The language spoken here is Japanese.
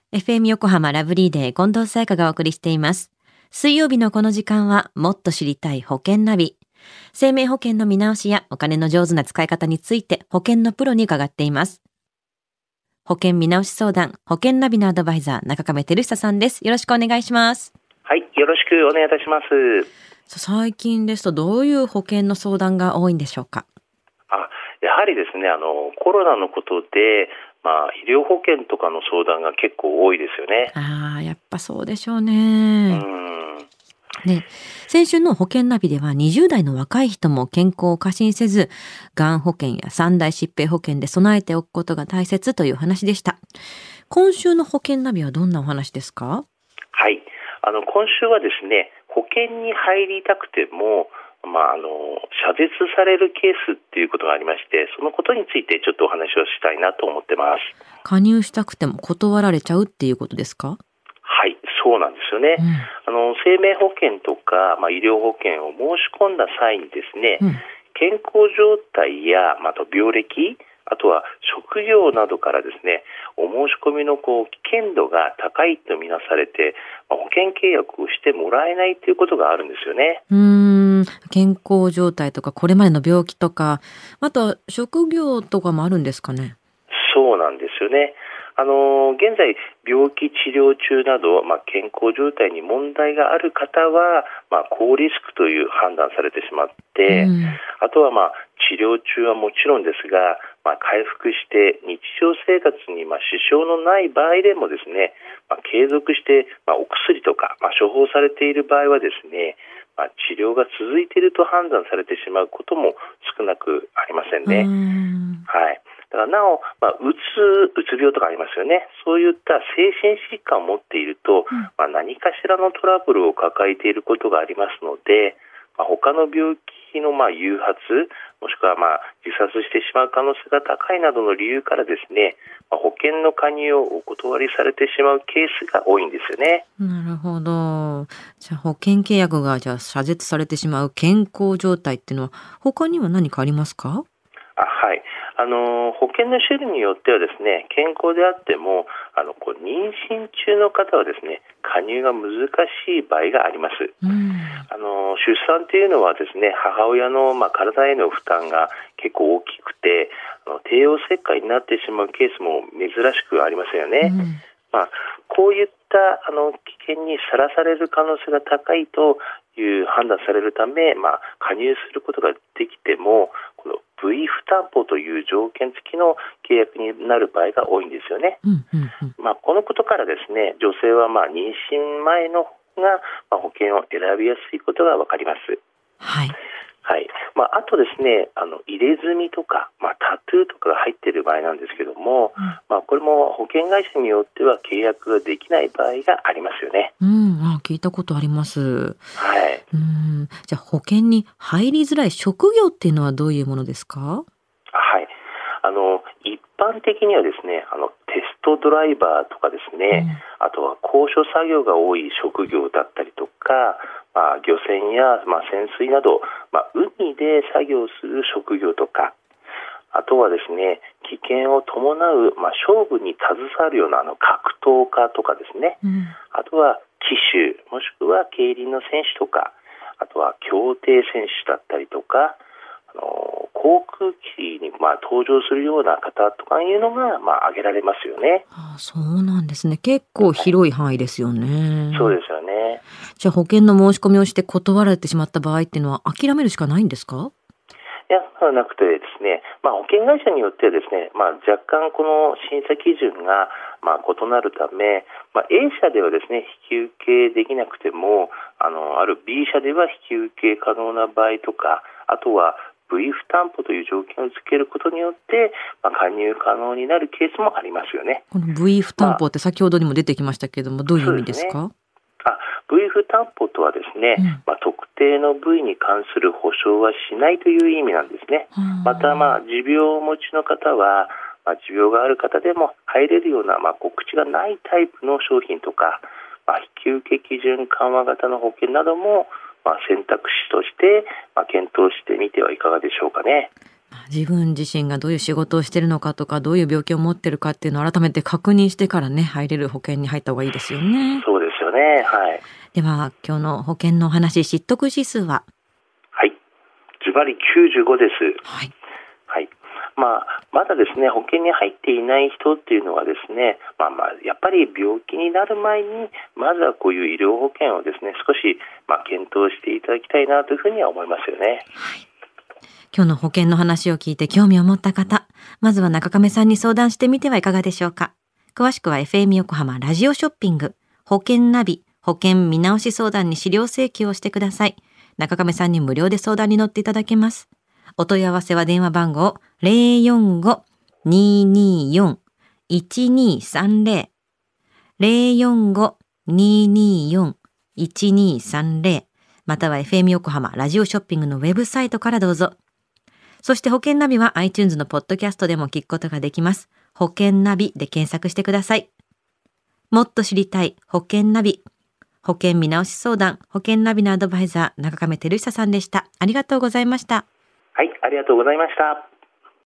FM 横浜ラブリーデー近藤沙耶香がお送りしています。水曜日のこの時間はもっと知りたい保険ナビ。生命保険の見直しやお金の上手な使い方について保険のプロに伺っています。保険見直し相談、保険ナビのアドバイザー、中亀照久さんです。よろしくお願いします。 はい、よろしくお願いいたします。 最近ですとどういう保険の相談が多いんでしょうか？ やはりですね、コロナのことで、医療保険とかの相談が結構多いですよね。 やっぱそうでしょうね。で、先週の保険ナビでは20代の若い人も健康を過信せず、がん保険や三大疾病保険で備えておくことが大切という話でした。今週の保険ナビはどんなお話ですか？ はい、今週はですね、保険に入りたくても、謝絶されるケースっていうことがありまして、そのことについてちょっとお話をしたいなと思ってます。 加入したくても断られちゃうっていうことですか？ はい、そうなんですよね。生命保険とか、医療保険を申し込んだ際にですね、健康状態や、あと病歴、あとは職業などからですね、お申し込みの危険度が高いとみなされて、保険契約をしてもらえないということがあるんですよね。 健康状態とかこれまでの病気とか、あとは職業とかもあるんですかね？ そうなんですよね。現在病気治療中など、健康状態に問題がある方は、高リスクという判断されてしまって、あとは治療中はもちろんですが、回復して日常生活に支障のない場合でもですね、継続して、お薬とか、処方されている場合はですね、治療が続いていると判断されてしまうことも少なくありませんね。はい。だからなお、うつ病とかありますよね。そういった精神疾患を持っていると、何かしらのトラブルを抱えていることがありますので、他の病気の誘発、もしくは自殺してしまう可能性が高いなどの理由からですね、保険の加入をお断りされてしまうケースが多いんですよね。 なるほど。じゃあ保険契約が謝絶されてしまう健康状態っていうのは他には何かありますか？ はい。保険の種類によってはですね、健康であっても、妊娠中の方はですね、加入が難しい場合があります。出産というのはですね、母親の体への負担が結構大きくて、帝王切開になってしまうケースも珍しくありませんよね。こういった危険にさらされる可能性が高いという判断されるため、加入することができても、この V 負担保という条件付きの契約になる場合が多いんですよね。このことからですね、女性は妊娠前の方が保険を選びやすいことがわかります。 はい。 はい。あとですね、入れ墨とか、タトゥーとかが入っている場合なんですけども、これも保険会社によっては契約ができない場合がありますよね。 聞いたことあります。 はい。 じゃあ保険に入りづらい職業っていうのはどういうものですか？ はい。一般的にはですね、テストドライバーとかですね、あとは高所作業が多い職業だったりとか、漁船や、潜水など、海で作業する職業とか、あとはですね、危険を伴う、勝負に携わるような格闘家とかですね、あとは騎手、もしくは競輪の選手とか、あとは競艇選手だったりとか、航空機に登場するような方とかいうのが挙げられますよね。 そうなんですね。結構広い範囲ですよね。 そうですよね。 じゃあ保険の申し込みをして断られてしまった場合っていうのは諦めるしかないんですか？ いや、そうはなくてですね、保険会社によってはですね、若干この審査基準が異なるため、A 社ではですね、引き受けできなくても、ある B 社では引き受け可能な場合とか、あとは V 負担保という条件を付けることによって、加入可能になるケースもありますよね。 この V 負担保って先ほどにも出てきましたけれども、どういう意味ですか ？V 負担保とはですね、特定の部位に関する保証はしないという意味なんですね。また、持病をお持ちの方は、持病がある方でも入れるような、告知がないタイプの商品とか、引き受け基準緩和型の保険なども、選択肢として、検討してみてはいかがでしょうかね。 自分自身がどういう仕事をしているのかとか、どういう病気を持っているかっていうのを改めて確認してからね、入れる保険に入った方がいいですよね。 そうですよね。はい。 では、今日の保険のお話、知得指数は？ はい。ズバリ95です。 はい。 はい。まだですね、保険に入っていない人っていうのはですね、やっぱり病気になる前に、まずはこういう医療保険をですね、少し検討していただきたいなというふうには思いますよね。 はい。今日の保険の話を聞いて興味を持った方、まずは中亀さんに相談してみてはいかがでしょうか。詳しくは FM 横浜ラジオショッピング、保険ナビ、保険見直し相談に資料請求をしてください。中亀さんに無料で相談に乗っていただけます。お問い合わせは電話番号 045-224-1230 045-224-1230 または FM 横浜ラジオショッピングのウェブサイトからどうぞ。そして保険ナビは iTunes のポッドキャストでも聞くことができます。保険ナビで検索してください。もっと知りたい保険ナビ。保険見直し相談、保険ナビのアドバイザー、中亀照久さんでした。ありがとうございました。 はい、ありがとうございました。